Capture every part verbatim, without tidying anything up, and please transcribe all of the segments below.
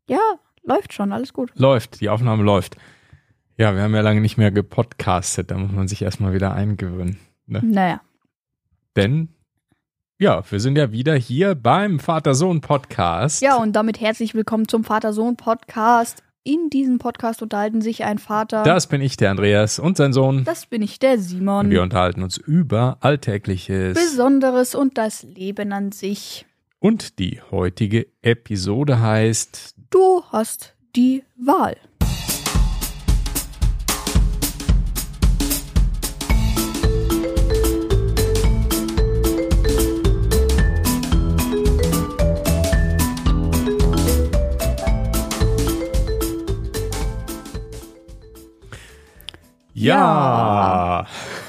Ja, läuft schon, alles gut. Läuft, die Aufnahme läuft. Ja, wir haben ja lange nicht mehr gepodcastet, da muss man sich erstmal wieder eingewöhnen. Ne? Naja. Denn, ja, wir sind ja wieder hier beim Vater-Sohn-Podcast. Ja, und damit herzlich willkommen zum Vater-Sohn-Podcast. In diesem Podcast unterhalten sich ein Vater. Das bin ich, der Andreas, und sein Sohn. Das bin ich, der Simon. Und wir unterhalten uns über Alltägliches. Besonderes und das Leben an sich. Und die heutige Episode heißt Du hast die Wahl. Ja.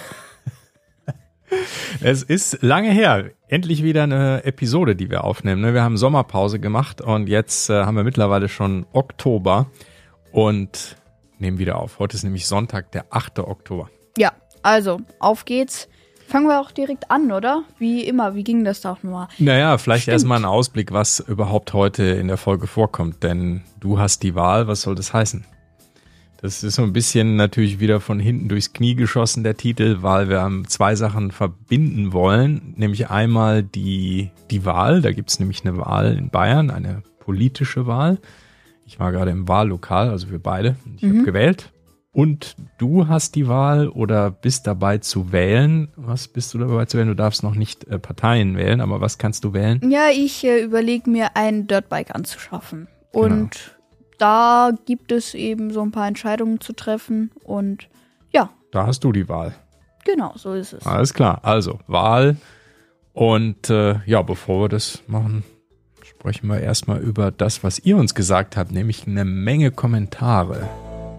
Es ist lange her. Endlich wieder eine Episode, die wir aufnehmen. Wir haben Sommerpause gemacht und jetzt haben wir mittlerweile schon Oktober und nehmen wieder auf. Heute ist nämlich Sonntag, der achte Oktober. Ja, also auf geht's. Fangen wir auch direkt an, oder? Wie immer, wie ging das doch nochmal? Naja, vielleicht erstmal ein Ausblick, was überhaupt heute in der Folge vorkommt. Denn du hast die Wahl, was soll das heißen? Das ist so ein bisschen natürlich wieder von hinten durchs Knie geschossen, der Titel, weil wir zwei Sachen verbinden wollen. Nämlich einmal die, die Wahl, da gibt es nämlich eine Wahl in Bayern, eine politische Wahl. Ich war gerade im Wahllokal, also wir beide. Ich mhm. habe gewählt. Und du hast die Wahl oder bist dabei zu wählen. Was bist du dabei zu wählen? Du darfst noch nicht äh, Parteien wählen, aber was kannst du wählen? Ja, ich äh, überlege mir, ein Dirtbike anzuschaffen. Und genau. Da gibt es eben so ein paar Entscheidungen zu treffen und ja. Da hast du die Wahl. Genau, so ist es. Alles klar, also Wahl und äh, ja, bevor wir das machen, sprechen wir erstmal über das, was ihr uns gesagt habt, nämlich eine Menge Kommentare.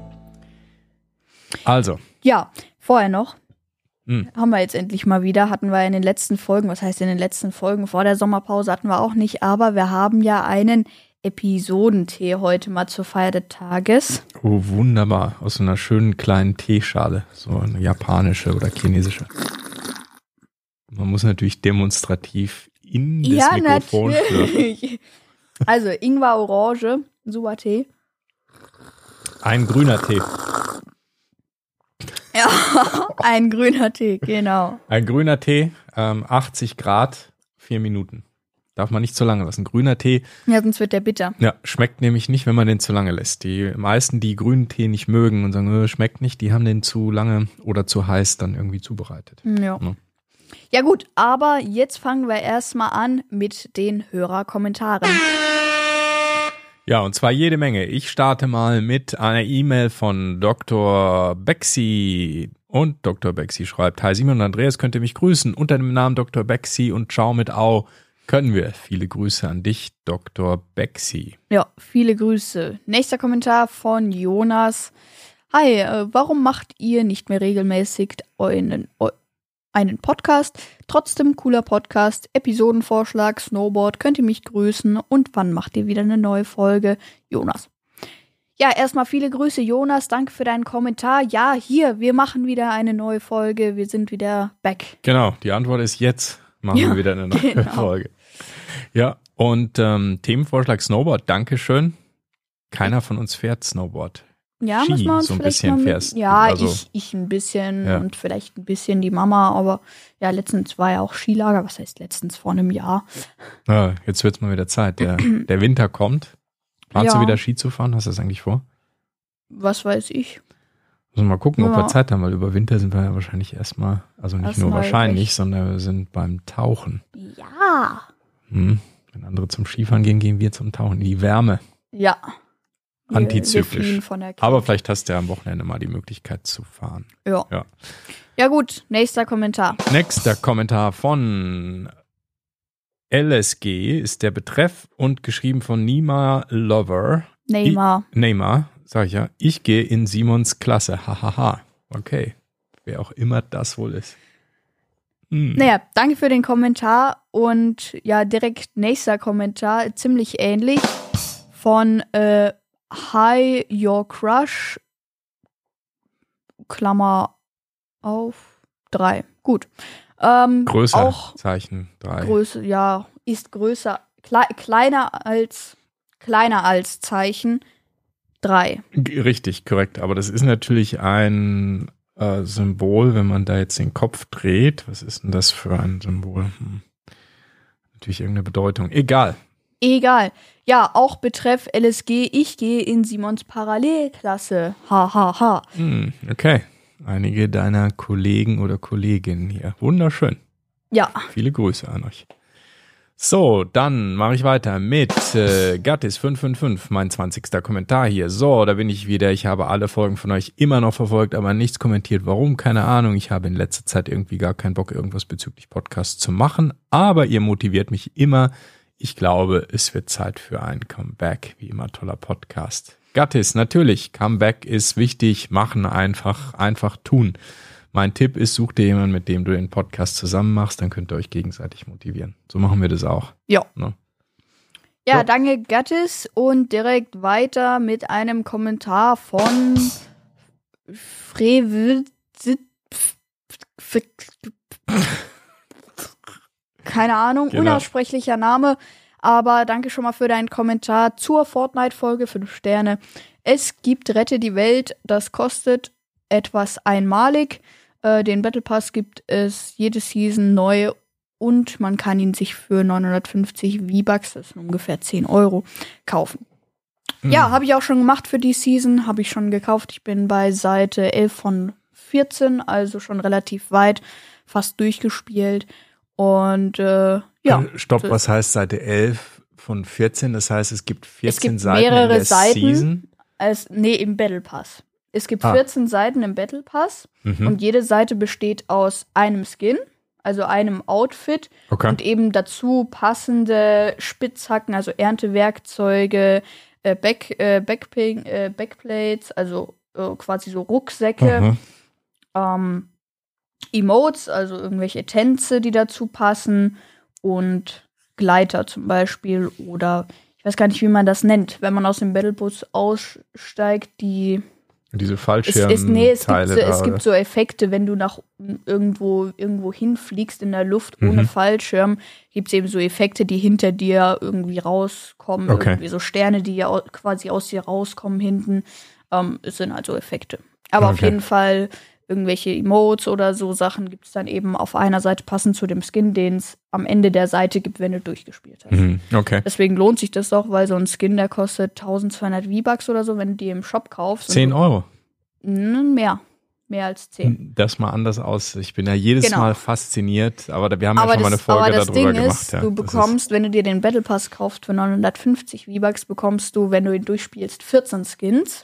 Also. Ja, vorher noch. Hm. Haben wir jetzt endlich mal wieder, hatten wir in den letzten Folgen, was heißt in den letzten Folgen, vor der Sommerpause hatten wir auch nicht, aber wir haben ja einen Episodentee heute mal zur Feier des Tages. Oh, wunderbar. Aus so einer schönen kleinen Teeschale. So eine japanische oder chinesische. Man muss natürlich demonstrativ in das ja, Mikrofon natürlich. Schlürfen. Also Ingwer Orange, super Tee. Ein grüner Tee. Ja, ein grüner Tee, genau. Ein grüner Tee, ähm, achtzig Grad, vier Minuten. Darf man nicht zu lange lassen. Grüner Tee. Ja, sonst wird der bitter. Ja, schmeckt nämlich nicht, wenn man den zu lange lässt. Die meisten, die grünen Tee nicht mögen und sagen, äh, schmeckt nicht, die haben den zu lange oder zu heiß dann irgendwie zubereitet. Ja. Ja, ja gut, aber jetzt fangen wir erstmal an mit den Hörerkommentaren. Ja, und zwar jede Menge. Ich starte mal mit einer E-Mail von Doktor Bexi. Und Doktor Bexi schreibt, Hi Simon und Andreas, könnt ihr mich grüßen unter dem Namen Doktor Bexi und ciao mit Au. Können wir. Viele Grüße an dich, Doktor Bexi. Ja, viele Grüße. Nächster Kommentar von Jonas. Hi, äh, warum macht ihr nicht mehr regelmäßig einen, einen Podcast? Trotzdem cooler Podcast, Episodenvorschlag, Snowboard, könnt ihr mich grüßen und wann macht ihr wieder eine neue Folge? Jonas. Ja, erstmal viele Grüße, Jonas. Danke für deinen Kommentar. Ja, hier, wir machen wieder eine neue Folge. Wir sind wieder back. Genau, die Antwort ist jetzt. Machen ja, wir wieder eine neue genau. Folge. Ja, und ähm, Themenvorschlag Snowboard, Dankeschön. Keiner von uns fährt Snowboard. Ja, Ski, muss man uns so ein vielleicht bisschen mal mit, fährst. Ja, also, ich, ich ein bisschen ja. und vielleicht ein bisschen die Mama, aber ja, letztens war ja auch Skilager. Was heißt letztens? Vor einem Jahr. Ja, jetzt wird's mal wieder Zeit. Der, der Winter kommt. Planst ja. du wieder Ski zu fahren? Hast du das eigentlich vor? Was weiß ich. Müssen wir mal gucken, ja. ob wir Zeit haben, weil über Winter sind wir ja wahrscheinlich erstmal, also nicht erstmal nur wahrscheinlich, recht. sondern wir sind beim Tauchen. Ja. Hm. Wenn andere zum Skifahren gehen, gehen wir zum Tauchen. Die Wärme. Ja. Antizyklisch. Von der Aber vielleicht hast du ja am Wochenende mal die Möglichkeit zu fahren. Ja. Ja, ja gut, nächster Kommentar. Nächster Kommentar von L S G ist der Betreff und geschrieben von Nima Lover. Neymar. I, Neymar, sag ich ja. Ich gehe in Simons Klasse. Hahaha. Okay. Wer auch immer das wohl ist. Hm. Naja, danke für den Kommentar und ja, direkt nächster Kommentar, ziemlich ähnlich, von äh, Hi Your Crush, Klammer auf, drei. Gut. Ähm, Größer, auch Zeichen drei. Größe, ja, ist größer, kle- kleiner als kleiner als Zeichen drei. Richtig, korrekt. Aber das ist natürlich ein äh, Symbol, wenn man da jetzt den Kopf dreht. Was ist denn das für ein Symbol? Hm. Natürlich irgendeine Bedeutung. Egal. Egal. Ja, auch betreff L S G, ich gehe in Simons Parallelklasse. Ha, ha, ha. Hm, okay. Einige deiner Kollegen oder Kolleginnen hier. Wunderschön. Ja. Viele Grüße an euch. So, dann mache ich weiter mit äh, Gattis fünf fünf fünf, mein zwanzigster Kommentar hier. So, da bin ich wieder. Ich habe alle Folgen von euch immer noch verfolgt, aber nichts kommentiert. Warum? Keine Ahnung. Ich habe in letzter Zeit irgendwie gar keinen Bock, irgendwas bezüglich Podcasts zu machen. Aber ihr motiviert mich immer. Ich glaube, es wird Zeit für ein Comeback. Wie immer, toller Podcast. Gattis, natürlich. Comeback ist wichtig. Machen einfach, einfach tun. Mein Tipp ist, such dir jemanden, mit dem du den Podcast zusammen machst, dann könnt ihr euch gegenseitig motivieren. So machen wir das auch. Ja. Ne? Ja, so. Danke Gattis und direkt weiter mit einem Kommentar von Frevel. Keine Ahnung, Genau. Unaussprechlicher Name, aber danke schon mal für deinen Kommentar zur Fortnite-Folge, fünf Sterne. Es gibt Rette die Welt, das kostet etwas einmalig. Äh, den Battle Pass gibt es jede Season neu und man kann ihn sich für neunhundertfünfzig V-Bucks, das sind ungefähr zehn Euro, kaufen. Mhm. Ja, habe ich auch schon gemacht für die Season, habe ich schon gekauft. Ich bin bei Seite elf von vierzehn, also schon relativ weit, fast durchgespielt. Und äh, ja. Stopp, was heißt Seite elf von vierzehn? Das heißt, es gibt vierzehn es gibt Seiten mehrere in der Seiten Season? Als, nee, im Battle Pass. Es gibt ah. vierzehn Seiten im Battle Pass mhm. und jede Seite besteht aus einem Skin, also einem Outfit okay. und eben dazu passende Spitzhacken, also Erntewerkzeuge, äh, Back, äh, Backping, äh, Backplates, also äh, quasi so Rucksäcke, mhm. ähm, Emotes, also irgendwelche Tänze, die dazu passen und Gleiter zum Beispiel oder ich weiß gar nicht, wie man das nennt, wenn man aus dem Battlebus aussteigt, die diese Fallschirmteile. Es, es, nee, es, gibt so, da, es gibt so Effekte, wenn du nach irgendwo, irgendwo hinfliegst in der Luft ohne mhm. Fallschirm, gibt es eben so Effekte, die hinter dir irgendwie rauskommen, okay. irgendwie so Sterne, die ja quasi aus dir rauskommen hinten. Ähm, es sind also Effekte. Aber okay. auf jeden Fall irgendwelche Emotes oder so Sachen gibt es dann eben auf einer Seite passend zu dem Skin, den es am Ende der Seite gibt, wenn du durchgespielt hast. Mhm, okay. Deswegen lohnt sich das auch, weil so ein Skin, der kostet tausendzweihundert V-Bucks oder so, wenn du die im Shop kaufst. zehn Euro? Mehr. Mehr als zehn. Das mal anders aus. Ich bin ja jedes genau. Mal fasziniert, aber wir haben aber ja schon mal eine das, Folge aber das darüber Ding gemacht. Ist, ja. du bekommst, wenn du dir den Battle Pass kaufst für neunhundertfünfzig V-Bucks, bekommst du, wenn du ihn durchspielst, vierzehn Skins.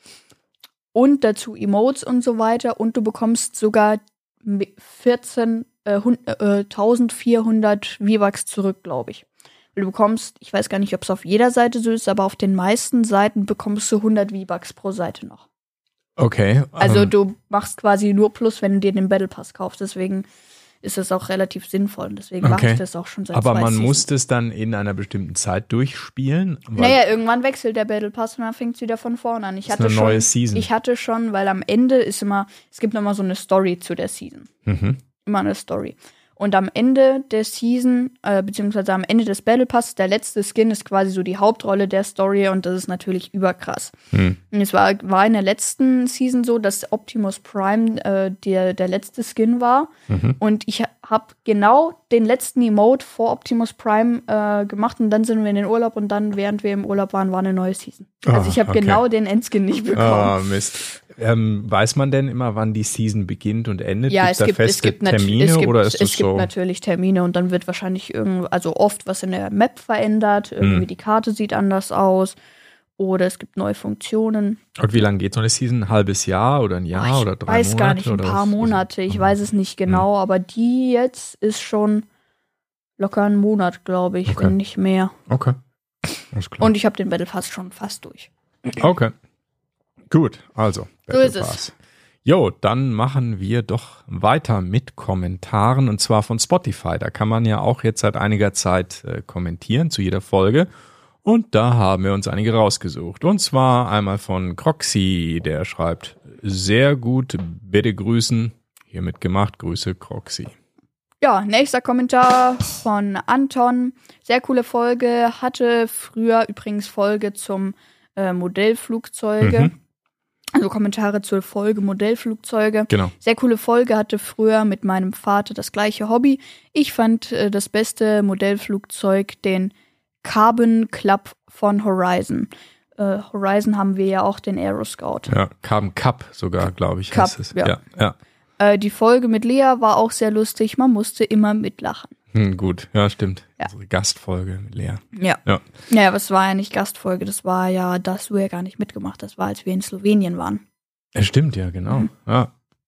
Und dazu Emotes und so weiter. Und du bekommst sogar vierzehn, äh, eintausendvierhundert V-Bucks zurück, glaube ich. Du bekommst, ich weiß gar nicht, ob es auf jeder Seite so ist, aber auf den meisten Seiten bekommst du hundert V-Bucks pro Seite noch. Okay. Also ähm, du machst quasi nur Plus, wenn du dir den Battle Pass kaufst. Deswegen ist das auch relativ sinnvoll. Und deswegen okay. mache ich das auch schon seit Aber zwei man Seasons. muss das dann in einer bestimmten Zeit durchspielen? Naja, irgendwann wechselt der Battle Pass und dann fängt es wieder von vorne an. Ich ist hatte eine schon, neue Season. Ich hatte schon, weil am Ende ist immer, es gibt immer so eine Story zu der Season. Mhm. Immer eine Story. Und am Ende der Season, äh, beziehungsweise am Ende des Battle Pass, der letzte Skin ist quasi so die Hauptrolle der Story und das ist natürlich überkrass. Hm. Und es war, war in der letzten Season so, dass Optimus Prime äh, der, der letzte Skin war. Mhm. Und ich habe genau den letzten Emote vor Optimus Prime äh, gemacht und dann sind wir in den Urlaub und dann, während wir im Urlaub waren, war eine neue Season. Also oh, ich habe okay. genau den Endskin nicht bekommen. Ah, oh, Mist. Ähm, weiß man denn immer, wann die Season beginnt und endet? Ja, Gibt's es gibt, da feste es gibt Termine es gibt, oder ist es das gibt so? natürlich Termine und dann wird wahrscheinlich irgend, also oft was in der Map verändert, irgendwie hm. die Karte sieht anders aus oder es gibt neue Funktionen. Und wie lange geht so eine Season? Ein halbes Jahr oder ein Jahr Oh, ich oder drei weiß Monate? gar nicht, ein oder paar was? Monate, ich weiß es nicht genau, aber die jetzt ist schon locker ein Monat, glaube ich, Okay. wenn nicht mehr. Okay, alles klar. Und ich habe den Battle Pass schon fast durch. Okay, gut, also. So ist Battle es. Pass. Jo, dann machen wir doch weiter mit Kommentaren und zwar von Spotify. Da kann man ja auch jetzt seit einiger Zeit äh, kommentieren zu jeder Folge. Und da haben wir uns einige rausgesucht. Und zwar einmal von Croxy, der schreibt, sehr gut, bitte grüßen. Hiermit gemacht, Grüße Croxy. Ja, nächster Kommentar von Anton. Sehr coole Folge. Hatte früher übrigens Folge zum äh, Modellflugzeuge. Mhm. Also Kommentare zur Folge Modellflugzeuge. Genau. Sehr coole Folge. Hatte früher mit meinem Vater das gleiche Hobby. Ich fand äh, das beste Modellflugzeug den Carbon Club von Horizon. Äh, Horizon haben wir ja auch den Aero Scout. Ja, Carbon Cup sogar, glaube ich. Cup, heißt es. ja. ja, ja. Äh, die Folge mit Lea war auch sehr lustig. Man musste immer mitlachen. Hm, gut, ja, stimmt. Ja. Unsere Gastfolge mit Lea. Ja. Ja. Naja, aber es war ja nicht Gastfolge. Das war ja, da hast du ja gar nicht mitgemacht. Das war, als wir in Slowenien waren. Ja, stimmt, ja, genau. Mhm. Ja.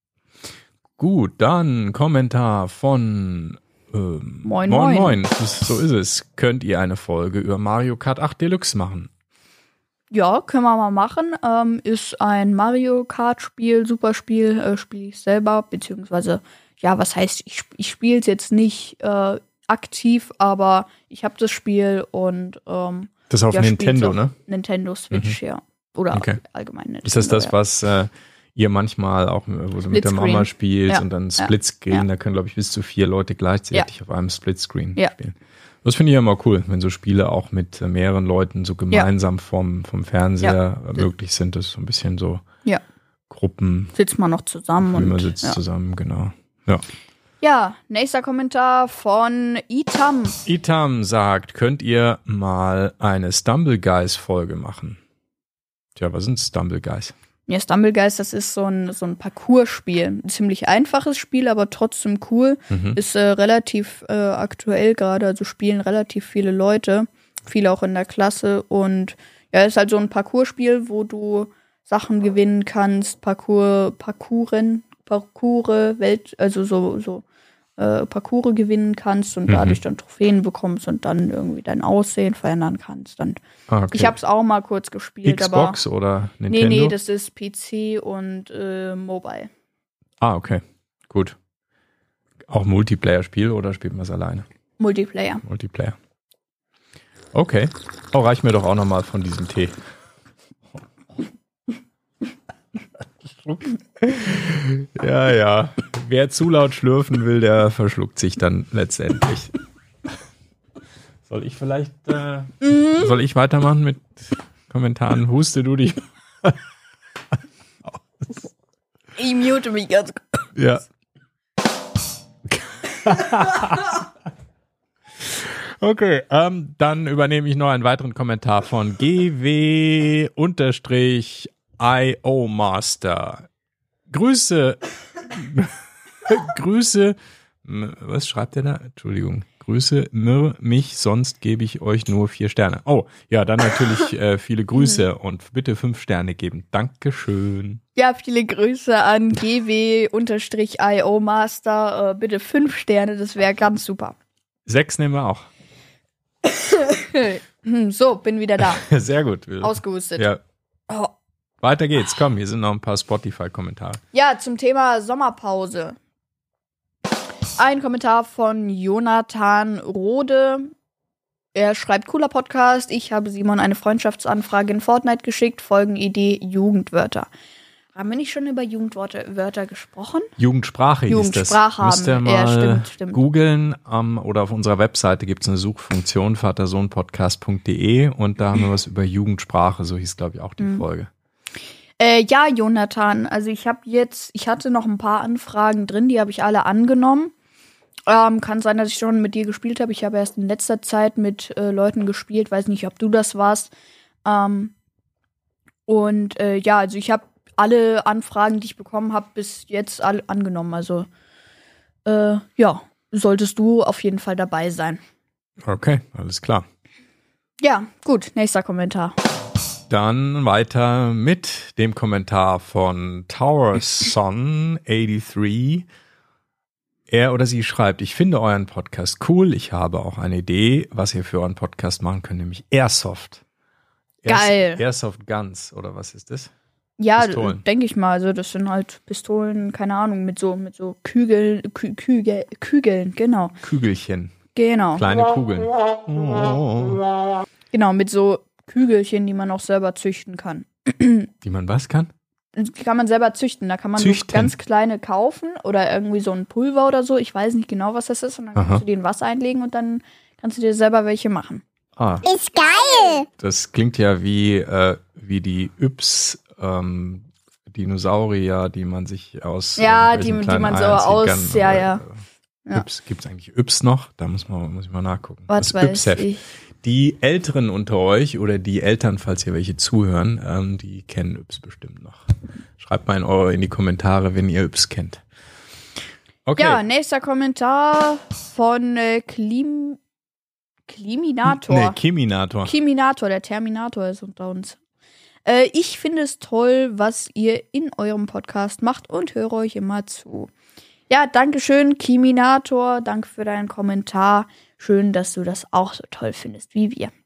Gut, dann Kommentar von ähm, Moin, Moin, moin. Moin. Das, so ist es. Könnt ihr eine Folge über Mario Kart acht Deluxe machen? Ja, können wir mal machen. Ähm, ist ein Mario Kart Spiel, super Spiel, äh, spiele ich selber, beziehungsweise, ja, was heißt, ich, ich spiele es jetzt nicht äh, aktiv, aber ich habe das Spiel und ähm, das auf ja, Nintendo, auf ne? Nintendo Switch, mhm. ja. Oder okay. allgemein Nintendo. Ist das das, ja. was äh, ihr manchmal auch wo du mit der Mama spielt ja. und dann Splitscreen, ja. da können, glaube ich, bis zu vier Leute gleichzeitig ja. auf einem Splitscreen ja. spielen. Das finde ich ja immer cool, wenn so Spiele auch mit mehreren Leuten so gemeinsam ja. vom, vom Fernseher ja. möglich sind. Das ist so ein bisschen so ja. Gruppen. Sitzt man noch zusammen. Und man und, sitzt ja. zusammen, genau. Ja. Ja, nächster Kommentar von Itam. Itam sagt, könnt ihr mal eine Stumble Guys Folge machen? Tja, was sind Stumble Guys? Ja, Stumble Guys, das ist so ein, so ein Parcours-Spiel. Ein ziemlich einfaches Spiel, aber trotzdem cool. Mhm. Ist äh, relativ äh, aktuell gerade, also spielen relativ viele Leute. Viele auch in der Klasse. Und ja, ist halt so ein Parcours-Spiel, wo du Sachen gewinnen kannst. Parcours, Parcouren, Parcours, Welt, also so, so äh, Parcours gewinnen kannst und mhm. dadurch dann Trophäen bekommst und dann irgendwie dein Aussehen verändern kannst. Und ah, okay. ich habe es auch mal kurz gespielt. Xbox aber oder Nintendo? Nee, nee, das ist P C und äh, Mobile. Ah, okay. Gut. Auch Multiplayer-Spiel oder spielt man es alleine? Multiplayer. Multiplayer. Okay. Oh, reich mir doch auch nochmal von diesem Tee. Ja, ja. Wer zu laut schlürfen will, der verschluckt sich dann letztendlich. Soll ich vielleicht, äh, mhm. soll ich weitermachen mit Kommentaren? Huste du dich aus. Ich mute mich ganz kurz. Ja. Okay, ähm, dann übernehme ich noch einen weiteren Kommentar von G W I O Master. Grüße. Grüße. Was schreibt der da? Entschuldigung. Grüße mir, mich, sonst gebe ich euch nur vier Sterne. Oh, ja, dann natürlich äh, viele Grüße und bitte fünf Sterne geben. Dankeschön. Ja, viele Grüße an G W I O Master. Äh, bitte fünf Sterne, das wäre ganz super. Sechs nehmen wir auch. So, bin wieder da. Sehr gut. Ausgehustet. Ja. Oh. Weiter geht's. Komm, hier sind noch ein paar Spotify-Kommentare. Ja, zum Thema Sommerpause. Ein Kommentar von Jonathan Rode. Er schreibt, cooler Podcast. Ich habe Simon eine Freundschaftsanfrage in Fortnite geschickt. Folgenidee, Jugendwörter. Haben wir nicht schon über Jugendwörter Wörter gesprochen? Jugendsprache hieß Jugendsprache das. Müsst ihr mal ja, stimmt, stimmt. googeln um, oder auf unserer Webseite gibt es eine Suchfunktion, vatersohnpodcast punkt de und da haben wir was über Jugendsprache, so hieß glaube ich auch die mhm. Folge. Äh, ja, Jonathan, also ich habe jetzt, ich hatte noch ein paar Anfragen drin, die habe ich alle angenommen. Ähm, kann sein, dass ich schon mit dir gespielt habe. Ich habe erst in letzter Zeit mit äh, Leuten gespielt, weiß nicht, ob du das warst. Ähm, und äh, ja, also ich habe alle Anfragen, die ich bekommen habe, bis jetzt alle angenommen. Also äh, ja, solltest du auf jeden Fall dabei sein. Okay, alles klar. Ja, gut, nächster Kommentar. Dann weiter mit dem Kommentar von Towerson dreiundachtzig. Er oder sie schreibt, ich finde euren Podcast cool. Ich habe auch eine Idee, was ihr für euren Podcast machen könnt, nämlich Airsoft. Geil. Airsoft Guns, oder was ist das? Ja, denke ich mal. Also das sind halt Pistolen, keine Ahnung, mit so mit so Kügeln, Kü Kügel, Kügeln, genau. Kügelchen. Genau. Kleine Kugeln. Oh. Genau, mit so Kügelchen, die man auch selber züchten kann. Die man was kann? die kann man selber züchten. Da kann man Züchten. so ganz kleine kaufen oder irgendwie so ein Pulver oder so. Ich weiß nicht genau, was das ist. Und dann Aha. kannst du die in Wasser einlegen und dann kannst du dir selber welche machen. Ah, Ist geil. das klingt ja wie, äh, wie die Yps, ähm, Dinosaurier, die man sich aus Ja, irgendwelchen die- die kleinen man so Eiern ziehen aus- kann. ja, Aber, ja. äh, Ja. Yps, gibt es eigentlich Yps noch? Da muss, man, muss ich mal nachgucken. Was Das weiß Yps-Heft. ich. Die Älteren unter euch oder die Eltern, falls hier welche zuhören, ähm, die kennen Yps bestimmt noch. Schreibt mal in, eure, in die Kommentare, wenn ihr Yps kennt. Okay. Ja, nächster Kommentar von äh, Klim Kliminator. Nee, Kiminator. Kiminator, der Terminator ist unter uns. Äh, ich finde es toll, was ihr in eurem Podcast macht und höre euch immer zu. Ja, danke schön, Kiminator. Danke für deinen Kommentar. Schön, dass du das auch so toll findest wie wir.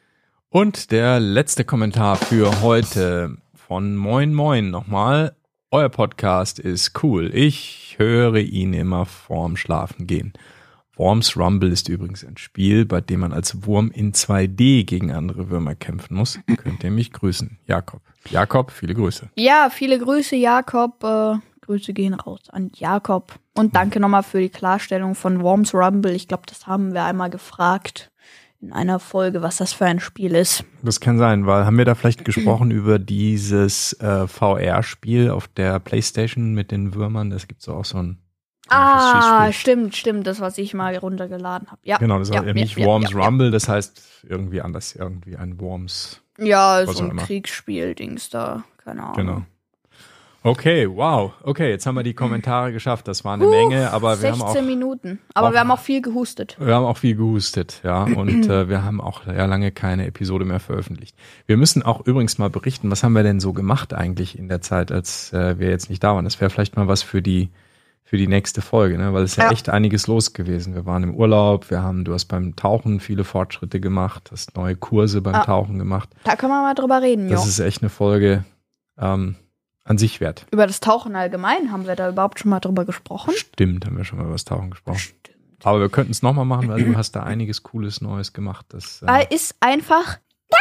Und der letzte Kommentar für heute von Moin Moin nochmal. Euer Podcast ist cool. Ich höre ihn immer vorm Schlafengehen. Worms Rumble ist übrigens ein Spiel, bei dem man als Wurm in zwei D gegen andere Würmer kämpfen muss. Könnt ihr mich grüßen. Jakob. Jakob, viele Grüße. Ja, viele Grüße, Jakob. Äh, Grüße gehen raus an Jakob. Und danke nochmal für die Klarstellung von Worms Rumble. Ich glaube, das haben wir einmal gefragt in einer Folge, was das für ein Spiel ist. Das kann sein, weil haben wir da vielleicht gesprochen über dieses äh, V R-Spiel auf der PlayStation mit den Würmern? Das gibt so auch so ein Ah, Schießspiel. stimmt, stimmt. Das, was ich mal runtergeladen habe. Ja, Genau, das ja, war ja, nicht ja, Worms ja, Rumble, das heißt irgendwie anders, irgendwie ein Worms. Ja, Was so auch ein immer. Kriegsspiel-Dings da. Keine Ahnung. Genau. Okay, wow. Okay, jetzt haben wir die Kommentare geschafft. Das war eine Menge, aber wir haben auch sechzehn Minuten. Aber auch- wir haben auch viel gehustet. wir haben auch viel gehustet, ja, und äh, wir haben auch ja lange keine Episode mehr veröffentlicht. Wir müssen auch übrigens mal berichten, was haben wir denn so gemacht eigentlich in der Zeit, als äh, wir jetzt nicht da waren. Das wäre vielleicht mal was für die für die nächste Folge, ne? Weil es ist ja, Ja. echt einiges los gewesen. Wir waren im Urlaub, wir haben, du hast beim Tauchen viele Fortschritte gemacht, hast neue Kurse beim Ah. Tauchen gemacht. Da können wir mal drüber reden, jo. Das ist echt eine Folge ähm, an sich wert. Über das Tauchen allgemein haben wir da überhaupt schon mal drüber gesprochen? Stimmt, haben wir schon mal über das Tauchen gesprochen. Stimmt. Aber wir könnten es nochmal machen, weil du hast da einiges Cooles Neues gemacht. Das, äh, Weil ist einfach.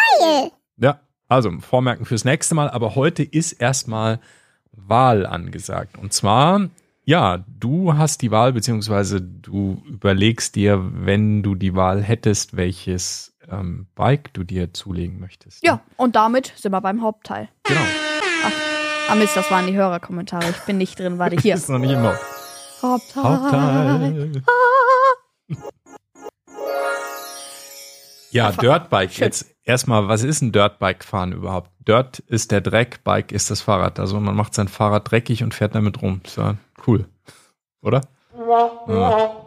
ja, also Vormerken fürs nächste Mal. Aber heute ist erstmal Wahl angesagt. Und zwar, ja, du hast die Wahl, beziehungsweise du überlegst dir, wenn du die Wahl hättest, welches ähm, Bike du dir zulegen möchtest. Ja, und damit sind wir beim Hauptteil. Genau. Ah Mist, das waren die Hörerkommentare. Ich bin nicht drin, warte hier. Ist noch nicht im Haus. Hauptteil. Hauptteil. Ja, Einfach- Dirtbike. schön. Jetzt erstmal, was ist ein Dirtbike-Fahren überhaupt? Dirt ist der Dreck, Bike ist das Fahrrad. Also man macht sein Fahrrad dreckig und fährt damit rum. Ist ja cool. Oder? Ja.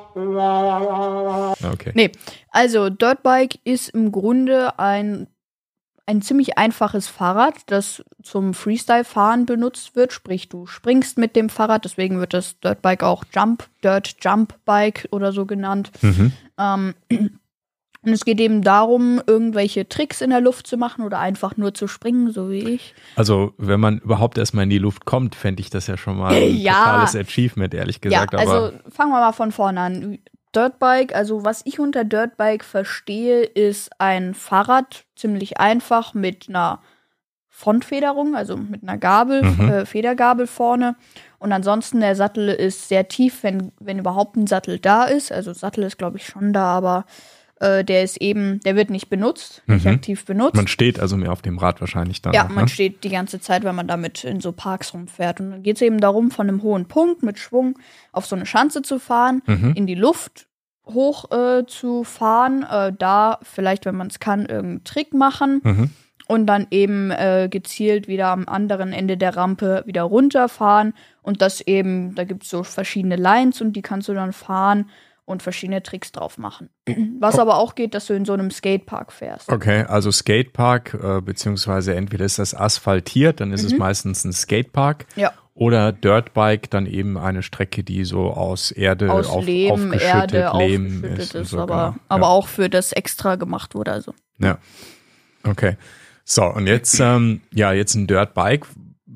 Ja, okay. Nee, also Dirtbike ist im Grunde ein, ein ziemlich einfaches Fahrrad, das zum Freestyle-Fahren benutzt wird. Sprich, du springst mit dem Fahrrad, deswegen wird das Dirtbike auch Jump, Dirt Jump Bike oder so genannt. Mhm. Ähm, und es geht eben darum, irgendwelche Tricks in der Luft zu machen oder einfach nur zu springen, so wie ich. Also, wenn man überhaupt erstmal in die Luft kommt, fände ich das ja schon mal ein Ja. totales Achievement, ehrlich gesagt. ja, also aber fangen wir mal von vorne an. Dirtbike, also was ich unter Dirtbike verstehe, ist ein Fahrrad, ziemlich einfach, mit einer Frontfederung, also mit einer Gabel, Mhm. äh, Federgabel vorne. Und ansonsten der Sattel ist sehr tief, wenn, wenn überhaupt ein Sattel da ist. Also Sattel ist, glaube ich, schon da, aber äh, der ist eben, der wird nicht benutzt, nicht Mhm. aktiv benutzt. man steht also mehr auf dem Rad wahrscheinlich dann. Ja, auch, man ne? steht die ganze Zeit, wenn man damit in so Parks rumfährt. Und dann geht es eben darum, von einem hohen Punkt mit Schwung auf so eine Schanze zu fahren, Mhm. in die Luft hoch äh, zu fahren, äh, da vielleicht, wenn man es kann, irgendeinen Trick machen Mhm. und dann eben äh, gezielt wieder am anderen Ende der Rampe wieder runterfahren. Und das eben, da gibt es so verschiedene Lines und die kannst du dann fahren und verschiedene Tricks drauf machen. Was aber auch geht, dass du in so einem Skatepark fährst. Okay, also Skatepark, äh, beziehungsweise entweder ist das asphaltiert, dann ist es meistens ein Skatepark. Mhm. Ja. Oder Dirtbike, dann eben eine Strecke, die so aus Erde Aus auf, Lehm, aufgeschüttet, Erde Lehm aufgeschüttet ist. und ist, so, aber, genau. aber ja. auch für das extra gemacht wurde. Also. Ja. Okay. So, und jetzt, ähm, ja, jetzt ein Dirtbike. Äh,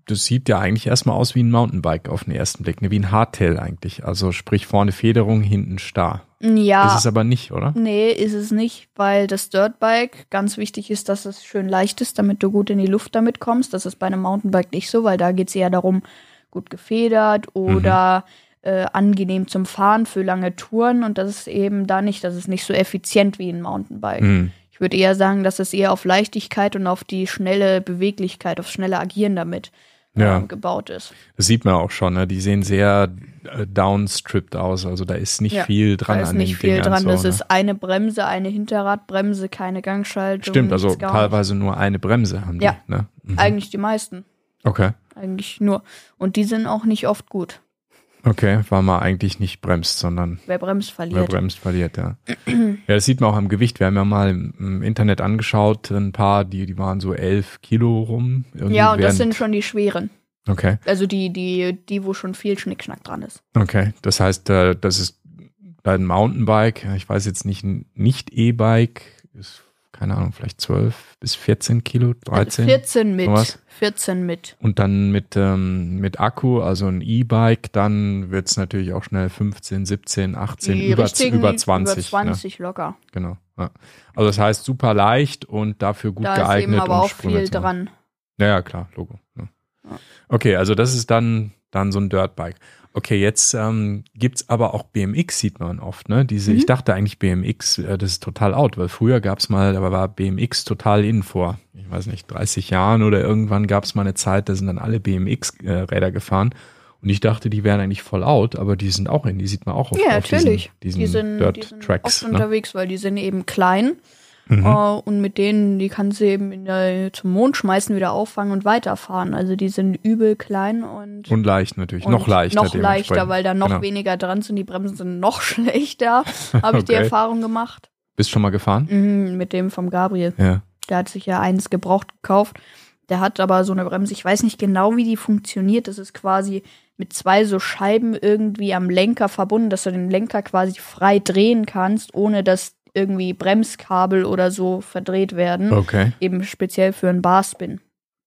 das sieht ja eigentlich erstmal aus wie ein Mountainbike auf den ersten Blick, ne? Wie ein Hardtail eigentlich. Also sprich vorne Federung, hinten starr. Ja. Ist es aber nicht, oder? Nee, ist es nicht, weil das Dirtbike ganz wichtig ist, dass es schön leicht ist, damit du gut in die Luft damit kommst. Das ist bei einem Mountainbike nicht so, weil da geht es eher darum, gut gefedert oder mhm. äh, angenehm zum Fahren für lange Touren. Und das ist eben da nicht, das ist nicht so effizient wie ein Mountainbike. Mhm. Ich würde eher sagen, dass es eher auf Leichtigkeit und auf die schnelle Beweglichkeit, auf schnelle Agieren damit ja. ähm, gebaut ist. Das sieht man auch schon, ne? Die sehen sehr äh, downstripped aus, also da ist nicht ja, viel dran da ist an nicht den viel Dingern. dran. So, das ne? ist eine Bremse, eine Hinterradbremse, keine Gangschaltung. Stimmt, also teilweise nur eine Bremse haben die. Ja, ne? Mhm. eigentlich die meisten. Okay. Eigentlich nur. Und die sind auch nicht oft gut. Okay, weil man eigentlich nicht bremst, sondern wer bremst, verliert. Wer bremst, verliert, ja. Ja, das sieht man auch am Gewicht. Wir haben ja mal im Internet angeschaut, ein paar, die, die waren so elf Kilo rum. Irgendwie ja, und während, das sind schon die schweren. Okay. Also die, die, die, wo schon viel Schnickschnack dran ist. Okay, das heißt, das ist ein Mountainbike, ich weiß jetzt nicht, ein Nicht-E-Bike, ist keine Ahnung, vielleicht zwölf bis vierzehn Kilo, dreizehn? vierzehn mit. Sowas. vierzehn mit. Und dann mit, ähm, mit Akku, also ein E-Bike, dann wird es natürlich auch schnell fünfzehn, siebzehn, achtzehn, Die über, über zwanzig. Über zwanzig ne? Locker. Genau. Ja. Also das heißt super leicht und dafür gut da geeignet. Da ist eben aber um auch viel dran. Ja, ja, klar, Logo. Ja. Ja. Okay, also das ist dann, dann so ein Dirtbike. Okay, jetzt ähm, gibt's aber auch B M X, sieht man oft, ne? Diese, mhm. Ich dachte eigentlich B M X, äh, das ist total out, weil früher gab's mal, da war B M X total in vor, ich weiß nicht, dreißig Jahren oder irgendwann gab's mal eine Zeit, da sind dann alle B M X-Räder äh, gefahren und ich dachte, die wären eigentlich voll out, aber die sind auch in, die sieht man auch auf, ja, auf natürlich. diesen, diesen die sind, Dirt-Tracks. Die sind oft ne? unterwegs, weil die sind eben klein. Mhm. Uh, und mit denen, die kannst du eben in der, zum Mond schmeißen, wieder auffangen und weiterfahren. Also die sind übel klein und und leicht natürlich, und noch leichter. Noch leichter, weil da noch genau. weniger dran sind. Die Bremsen sind noch schlechter, habe ich okay. die Erfahrung gemacht. Bist schon mal gefahren? Mhm, mit dem vom Gabriel. Ja. Der hat sich ja eins gebraucht gekauft. Der hat aber so eine Bremse, ich weiß nicht genau, wie die funktioniert. Das ist quasi mit zwei so Scheiben irgendwie am Lenker verbunden, dass du den Lenker quasi frei drehen kannst, ohne dass irgendwie Bremskabel oder so verdreht werden. Okay. Eben speziell für einen Barspin.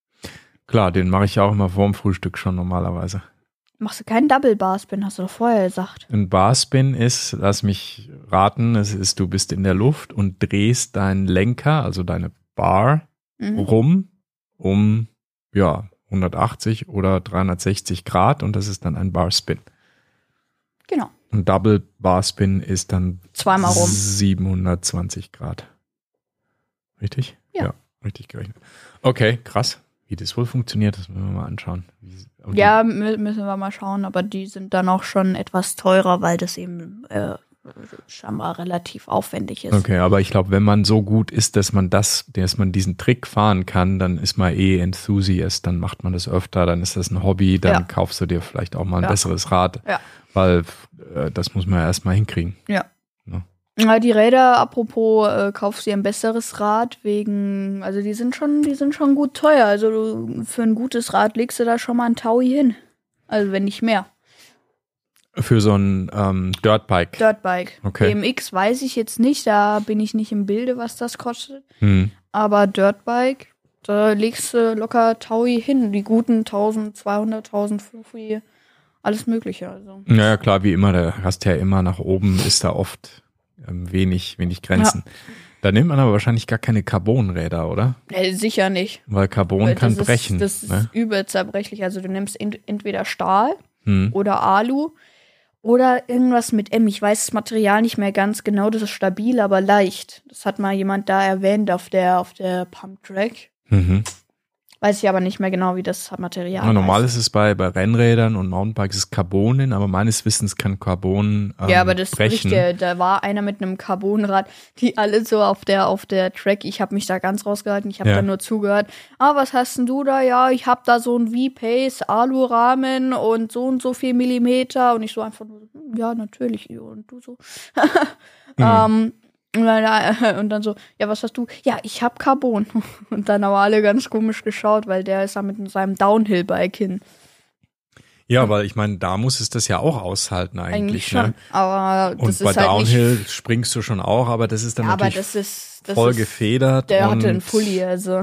Klar, den mache ich ja auch immer vorm Frühstück schon normalerweise. Machst du keinen Double Barspin, hast du doch vorher gesagt. Ein Barspin ist, lass mich raten, es ist, du bist in der Luft und drehst deinen Lenker, also deine Bar, mhm. rum um, ja, hundertachtzig oder dreihundertsechzig Grad und das ist dann ein Barspin. Genau. Ein Double Barspin ist dann zweimal rum. siebenhundertzwanzig Grad. Richtig? Ja. ja. Richtig gerechnet. Okay, krass. Wie das wohl funktioniert, das müssen wir mal anschauen. Wie, ja, müssen wir mal schauen, aber die sind dann auch schon etwas teurer, weil das eben äh, scheinbar relativ aufwendig ist. Okay, aber ich glaube, wenn man so gut ist, dass man das, dass man diesen Trick fahren kann, dann ist man eh Enthusiast, dann macht man das öfter, dann ist das ein Hobby, dann ja. kaufst du dir vielleicht auch mal ein ja. besseres Rad. Ja. Weil äh, das muss man ja erstmal hinkriegen. Ja. ja. Ja, die Räder, apropos, äh, kaufst du dir ein besseres Rad wegen, also die sind schon, die sind schon gut teuer. Also du, für ein gutes Rad legst du da schon mal ein Taui hin. Also wenn nicht mehr. Für so ein ähm, Dirtbike? Dirtbike. Okay. B M X weiß ich jetzt nicht, da bin ich nicht im Bilde, was das kostet. Hm. Aber Dirtbike, da legst du locker Taui hin. Die guten eintausendzweihundert, eintausendfünfhundert, alles mögliche. Also. Naja, klar, wie immer, da hast ja immer nach oben, ist da oft ähm, wenig, wenig Grenzen. Ja. Da nimmt man aber wahrscheinlich gar keine Carbonräder, oder? Nee, sicher nicht. Weil Carbon Weil kann ist, brechen. Das ist ne? übel zerbrechlich. Also du nimmst ent- entweder Stahl hm. oder Alu oder irgendwas mit M. Ich weiß das Material nicht mehr ganz genau. Das ist stabil, aber leicht. Das hat mal jemand da erwähnt auf der, auf der Pump Track. Mhm. Weiß ich aber nicht mehr genau, wie das Material ja, normal heißt. ist es bei, bei Rennrädern und Mountainbikes ist Carbonin, aber meines Wissens kann Carbon ähm, ja, aber das brechen. Bricht, da war einer mit einem Carbonrad, die alle so auf der auf der Track, ich habe mich da ganz rausgehalten, ich habe ja. da nur zugehört. Ah, was hast denn du da? Ja, ich habe da so ein V-Pace Alurahmen und so und so viel Millimeter und ich so einfach nur, ja, natürlich, und du so. mhm. ähm, Und dann, und dann so, ja, was hast du? Ja, ich hab Carbon. Und dann haben alle ganz komisch geschaut, weil der ist da mit seinem Downhill-Bike hin. Ja, weil ich meine, da muss es das ja auch aushalten eigentlich. Eigentlich schon, ne? aber das und ist bei halt Downhill nicht, springst du schon auch, aber das ist dann ja, natürlich aber das ist, das voll ist, gefedert. Der und hatte einen Fully, also.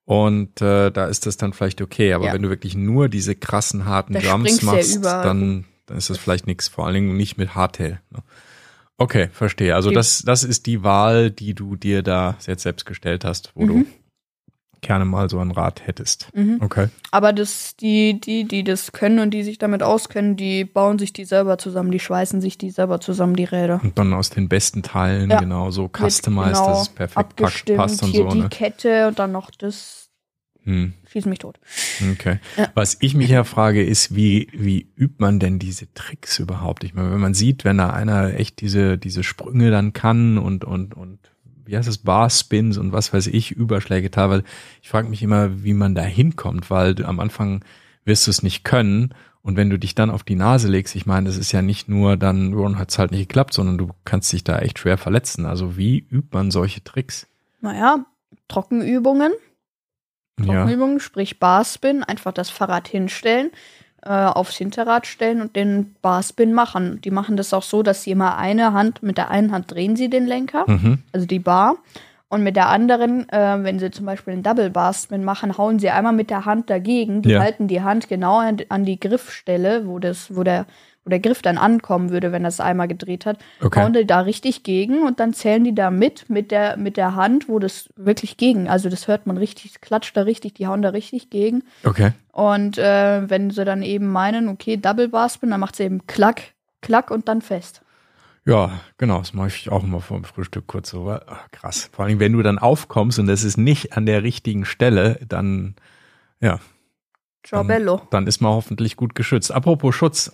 Und äh, da ist das dann vielleicht okay. Aber Ja. wenn du wirklich nur diese krassen, harten Da Jumps springst du ja machst, überall. dann, dann ist das vielleicht nichts. Vor allen Dingen nicht mit Hardtail. Ne? Okay, verstehe. Also Die- das, das ist die Wahl, die du dir da jetzt selbst gestellt hast, wo Mhm. du gerne mal so ein Rad hättest. Mhm. Okay. Aber das, die, die, die das können und die sich damit auskennen, die bauen sich die selber zusammen, die schweißen sich die selber zusammen, die Räder. Und dann aus den besten Teilen, Ja. genau so Wird customized, genau dass es perfekt pack- abgestimmt, passt und hier so. die Ne? Kette und dann noch das, Hm. schieß mich tot. Okay. Ja. Was ich mich ja frage, ist, wie, wie übt man denn diese Tricks überhaupt? Ich meine, wenn man sieht, wenn da einer echt diese, diese Sprünge dann kann und, und, und, wie heißt es, Barspins und was weiß ich, Überschläge teilweise. Ich frage mich immer, wie man da hinkommt, weil du, am Anfang wirst du es nicht können. Und wenn du dich dann auf die Nase legst, ich meine, das ist ja nicht nur dann, dann hat es halt nicht geklappt, sondern du kannst dich da echt schwer verletzen. Also wie übt man solche Tricks? Naja, Trockenübungen. Ja. Trockenübungen, sprich Barspin, einfach das Fahrrad hinstellen, äh, aufs Hinterrad stellen und den Barspin machen. Die machen das auch so, dass sie immer eine Hand, mit der einen Hand drehen sie den Lenker, Mhm. also die Bar, und mit der anderen, äh, wenn sie zum Beispiel einen Double Barspin machen, hauen sie einmal mit der Hand dagegen. Die Ja. halten die Hand genau an, an die Griffstelle, wo das, wo der, wo der Griff dann ankommen würde, wenn das einmal gedreht hat. Okay. Hauen die da richtig gegen und dann zählen die da mit, mit der, mit der Hand, wo das wirklich gegen, also das hört man richtig, es klatscht da richtig, die hauen da richtig gegen. Okay. Und äh, wenn sie dann eben meinen, okay, Double Barspin, dann macht sie eben klack, klack und dann fest. Ja, genau, das mache ich auch immer vor dem Frühstück kurz so. Ach, krass. Vor allem, wenn du dann aufkommst und das ist nicht an der richtigen Stelle, dann, ja, Ciao bello. dann ist man hoffentlich gut geschützt. Apropos Schutz.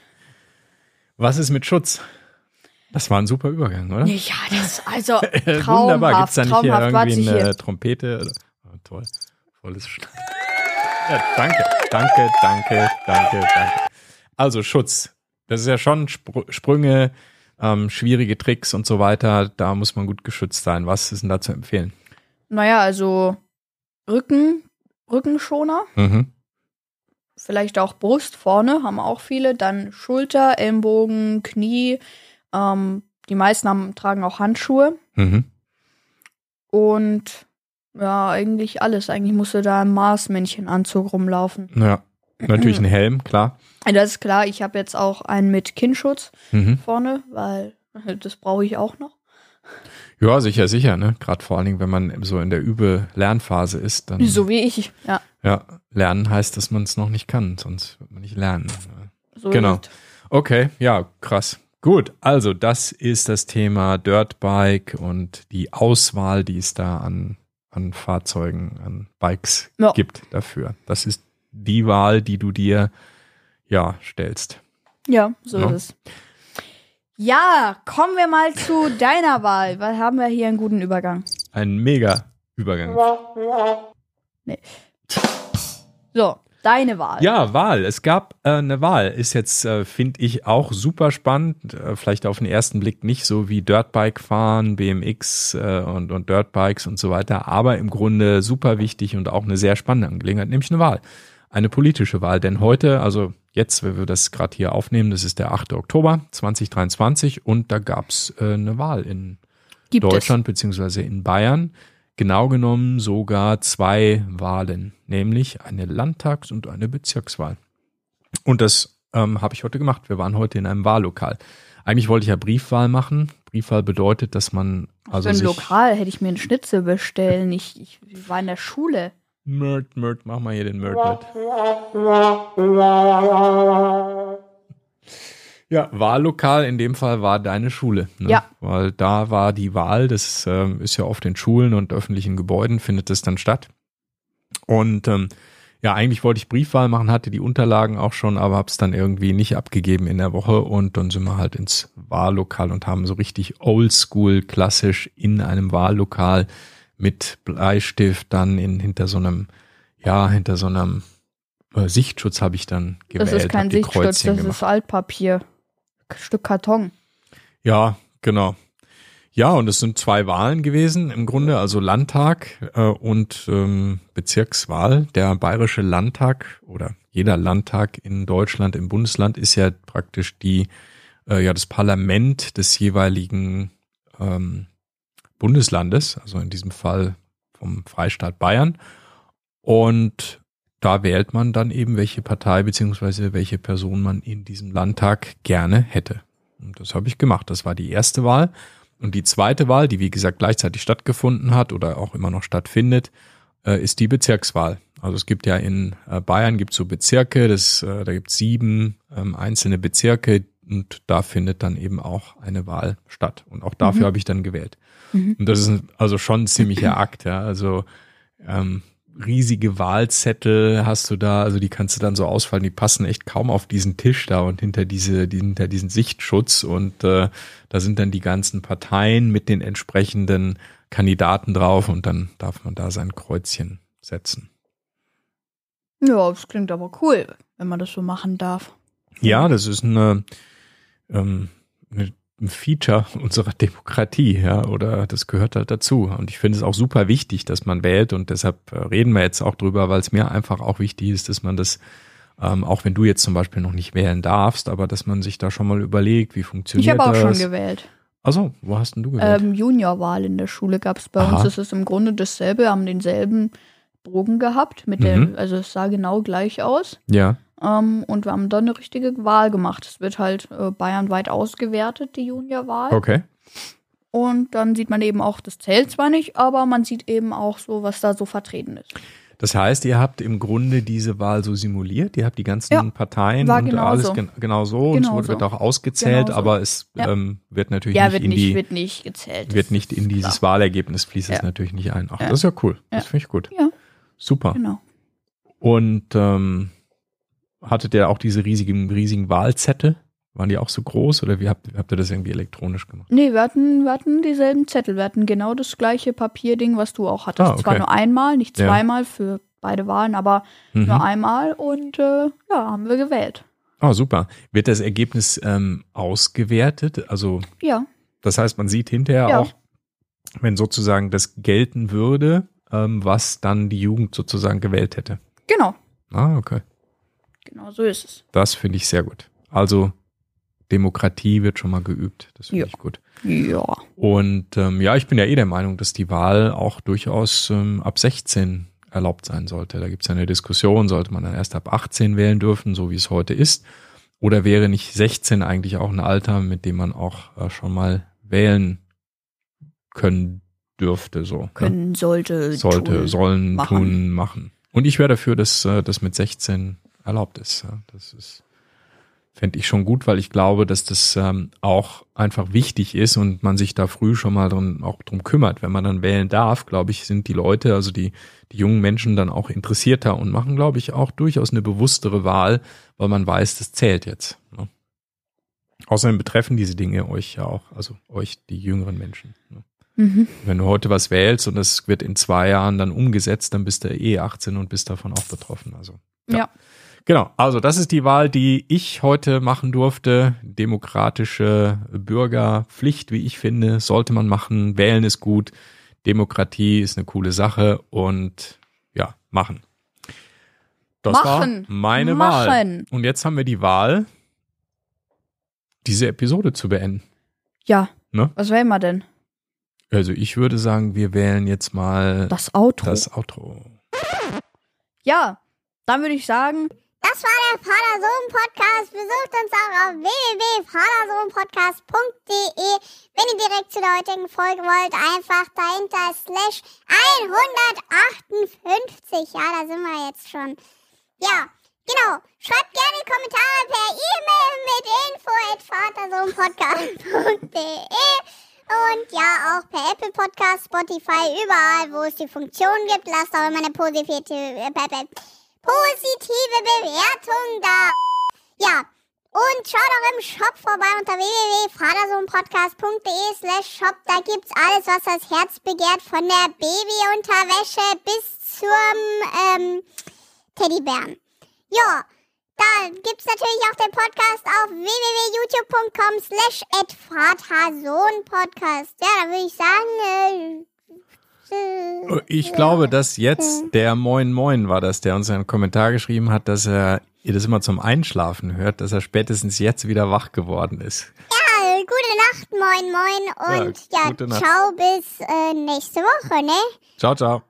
Was ist mit Schutz? Das war ein super Übergang, oder? Ja, das also Wunderbar. traumhaft, Gibt's da nicht hier traumhaft warte irgendwie ich eine hier. Trompete? Oder? Oh, toll. Volles Sch Ja, danke, danke, danke, danke, danke. Also Schutz. Das ist ja schon Spr- Sprünge, ähm, schwierige Tricks und so weiter. Da muss man gut geschützt sein. Was ist denn da zu empfehlen? Naja, also Rücken, Rückenschoner, Mhm. vielleicht auch Brust vorne, haben auch viele. Dann Schulter, Ellenbogen, Knie. Ähm, die meisten haben, tragen auch Handschuhe. Mhm. Und ja, eigentlich alles. Eigentlich musst du da im Marsmännchenanzug rumlaufen. Ja, natürlich ein Helm, klar. Das ist klar, ich habe jetzt auch einen mit Kinnschutz Mhm. vorne, weil das brauche ich auch noch. Ja, sicher, sicher, ne? Gerade vor allen Dingen, wenn man so in der Übe-Lernphase ist, dann So wie ich, ja. ja, lernen heißt, dass man es noch nicht kann, sonst wird man nicht lernen. So Genau. ist es. Okay, ja, krass. Gut, also das ist das Thema Dirtbike und die Auswahl, die es da an, an Fahrzeugen, an Bikes Ja. gibt dafür. Das ist die Wahl, die du dir ja stellst. Ja, so Ja. ist es. Ja, kommen wir mal zu deiner Wahl. Weil haben wir hier einen guten Übergang. Ein mega Übergang. So, deine Wahl. Ja, Wahl. Es gab äh, eine Wahl. Ist jetzt, äh, finde ich, auch super spannend. Äh, vielleicht auf den ersten Blick nicht so wie Dirtbike fahren, B M X äh, und, und Dirtbikes und so weiter. Aber im Grunde super wichtig und auch eine sehr spannende Angelegenheit, nämlich eine Wahl. Eine politische Wahl. Denn heute, also jetzt, wenn wir das gerade hier aufnehmen, das ist der achte Oktober zweitausenddreiundzwanzig und da gab's äh, eine Wahl in Gibt Deutschland beziehungsweise in Bayern. Genau genommen sogar zwei Wahlen, nämlich eine Landtags- und eine Bezirkswahl. Und das ähm, habe ich heute gemacht. Wir waren heute in einem Wahllokal. Eigentlich wollte ich ja Briefwahl machen. Briefwahl bedeutet, dass man es. also Für ein sich Lokal hätte ich mir einen Schnitzel bestellen. Ich, ich war in der Schule. Mört, Mört, mach mal hier den Mört mit. Ja, Wahllokal in dem Fall war deine Schule. Ne? Ja. Weil da war die Wahl, das ähm, ist ja oft in Schulen und öffentlichen Gebäuden, findet das dann statt. Und ähm, ja, eigentlich wollte ich Briefwahl machen, hatte die Unterlagen auch schon, aber habe es dann irgendwie nicht abgegeben in der Woche. Und dann sind wir halt ins Wahllokal und haben so richtig oldschool, klassisch in einem Wahllokal mit Bleistift dann in hinter so einem, ja, hinter so einem äh, Sichtschutz habe ich dann gewählt. Das ist kein hab die Sichtschutz, Kreuzchen das gemacht. ist Altpapier. Stück Karton. Ja, genau. Ja, und es sind zwei Wahlen gewesen im Grunde, also Landtag äh, und ähm, Bezirkswahl. Der Bayerische Landtag oder jeder Landtag in Deutschland, im Bundesland, ist ja praktisch die äh, ja das Parlament des jeweiligen ähm, Bundeslandes, also in diesem Fall vom Freistaat Bayern. Und da wählt man dann eben, welche Partei beziehungsweise welche Person man in diesem Landtag gerne hätte. Und das habe ich gemacht. Das war die erste Wahl. Und die zweite Wahl, die wie gesagt gleichzeitig stattgefunden hat oder auch immer noch stattfindet, äh, ist die Bezirkswahl. Also es gibt ja in äh, Bayern gibt es so Bezirke, das, äh, da gibt es sieben ähm, einzelne Bezirke und da findet dann eben auch eine Wahl statt. Und auch dafür mhm. habe ich dann gewählt. Mhm. Und das ist also schon ein ziemlicher Akt, ja. Also ähm, riesige Wahlzettel hast du da, also die kannst du dann so ausfallen, die passen echt kaum auf diesen Tisch da und hinter diese, die, hinter diesen Sichtschutz und äh, da sind dann die ganzen Parteien mit den entsprechenden Kandidaten drauf und dann darf man da sein Kreuzchen setzen. Ja, das klingt aber cool, wenn man das so machen darf. Ja, das ist eine, ähm, eine ein Feature unserer Demokratie, ja, oder das gehört halt dazu. Und ich finde es auch super wichtig, dass man wählt und deshalb reden wir jetzt auch drüber, weil es mir einfach auch wichtig ist, dass man das, ähm, auch wenn du jetzt zum Beispiel noch nicht wählen darfst, aber dass man sich da schon mal überlegt, wie funktioniert das. Ich habe auch schon gewählt. Achso, wo hast denn du gewählt? Ähm, Juniorwahl in der Schule gab es bei Aha. uns. Das ist im Grunde dasselbe, wir haben denselben Bogen gehabt, mit der, Mhm. also es sah genau gleich aus. Ja. Um, und wir haben dann eine richtige Wahl gemacht. Es wird halt äh, bayernweit ausgewertet, die Juniorwahl. Okay. Und dann sieht man eben auch, das zählt zwar nicht, aber man sieht eben auch so, was da so vertreten ist. Das heißt, ihr habt im Grunde diese Wahl so simuliert, ihr habt die ganzen Ja, Parteien war und genau alles so. gen- genau so Genau und es so. wird auch ausgezählt, Genau so. aber es Ja. ähm, wird natürlich Ja, nicht wird in nicht, die wird nicht gezählt. wird nicht in dieses Klar. Wahlergebnis fließt es Ja. natürlich nicht ein. Ach, Ja. das ist ja cool. Ja. Das finde ich gut. Ja, Super. genau. Und ähm, hattet ihr auch diese riesigen, riesigen Wahlzettel? Waren die auch so groß oder wie habt, habt ihr das irgendwie elektronisch gemacht? Nee, wir hatten, wir hatten dieselben Zettel. Wir hatten genau das gleiche Papierding, was du auch hattest. Ah, okay. Zwar nur einmal, nicht Ja. zweimal für beide Wahlen, aber Mhm. nur einmal und äh, ja, haben wir gewählt. Oh, super. Wird das Ergebnis ähm, ausgewertet? Also Ja, das heißt, man sieht hinterher Ja. auch, wenn sozusagen das gelten würde, ähm, was dann die Jugend sozusagen gewählt hätte. genau. Ah, okay. Genau so ist es. Das finde ich sehr gut. Also Demokratie wird schon mal geübt. Das finde Ja. ich gut. Ja. Und ähm, ja, ich bin ja eh der Meinung, dass die Wahl auch durchaus ähm, ab sechzehn erlaubt sein sollte. Da gibt es ja eine Diskussion, sollte man dann erst ab achtzehn wählen dürfen, so wie es heute ist? Oder wäre nicht sechzehn eigentlich auch ein Alter, mit dem man auch äh, schon mal wählen können dürfte? So, Können, ne? sollte, Sollte, tun, sollen, machen. tun, machen. Und ich wäre dafür, dass äh, das mit sechzehn erlaubt ist. Ja. Das ist fände ich schon gut, weil ich glaube, dass das ähm, auch einfach wichtig ist und man sich da früh schon mal drin, auch drum kümmert. Wenn man dann wählen darf, glaube ich, sind die Leute, also die, die jungen Menschen dann auch interessierter und machen, glaube ich, auch durchaus eine bewusstere Wahl, weil man weiß, das zählt jetzt. Ne? Außerdem betreffen diese Dinge euch ja auch, also euch, die jüngeren Menschen. Ne? Mhm. Wenn du heute was wählst und das wird in zwei Jahren dann umgesetzt, dann bist du eh achtzehn und bist davon auch betroffen. Also ja. Ja. Genau, also das ist die Wahl, die ich heute machen durfte. Demokratische Bürgerpflicht, wie ich finde, sollte man machen. Wählen ist gut, Demokratie ist eine coole Sache und ja, machen. Das Machen. war meine Machen. Wahl. Und jetzt haben wir die Wahl, diese Episode zu beenden. Ja. Ne? Was wählen wir denn? Also ich würde sagen, wir wählen jetzt mal Das Outro. das Outro. Ja, dann würde ich sagen, Das war der Vater-Sohn-Podcast. Besucht uns auch auf w w w punkt vatersohnpodcast punkt d e. Wenn ihr direkt zu der heutigen Folge wollt, einfach dahinter slash hundertachtundfünfzig. Ja, da sind wir jetzt schon. Ja, genau. Schreibt gerne Kommentare per E-Mail mit info at vatersohnpodcast punkt d e. Und ja, auch per Apple Podcast, Spotify, überall, wo es die Funktion gibt. Lasst auch immer eine positive... positive Bewertung da. Ja, und schaut auch im Shop vorbei unter w w w punkt vatersohnpodcast punkt d e slash shop. Da gibt's alles, was das Herz begehrt, von der Babyunterwäsche bis zum ähm, Teddybären. Ja, da gibt's natürlich auch den Podcast auf w w w punkt youtube punkt com slash at vatersohnpodcast. Ja, da würde ich sagen, äh, Ich glaube, dass jetzt der Moin Moin war das, der uns einen Kommentar geschrieben hat, dass er ihr das immer zum Einschlafen hört, dass er spätestens jetzt wieder wach geworden ist. Ja, gute Nacht, moin moin und Ja, ja, gute Nacht. ciao bis äh, nächste Woche, ne? Ciao, ciao.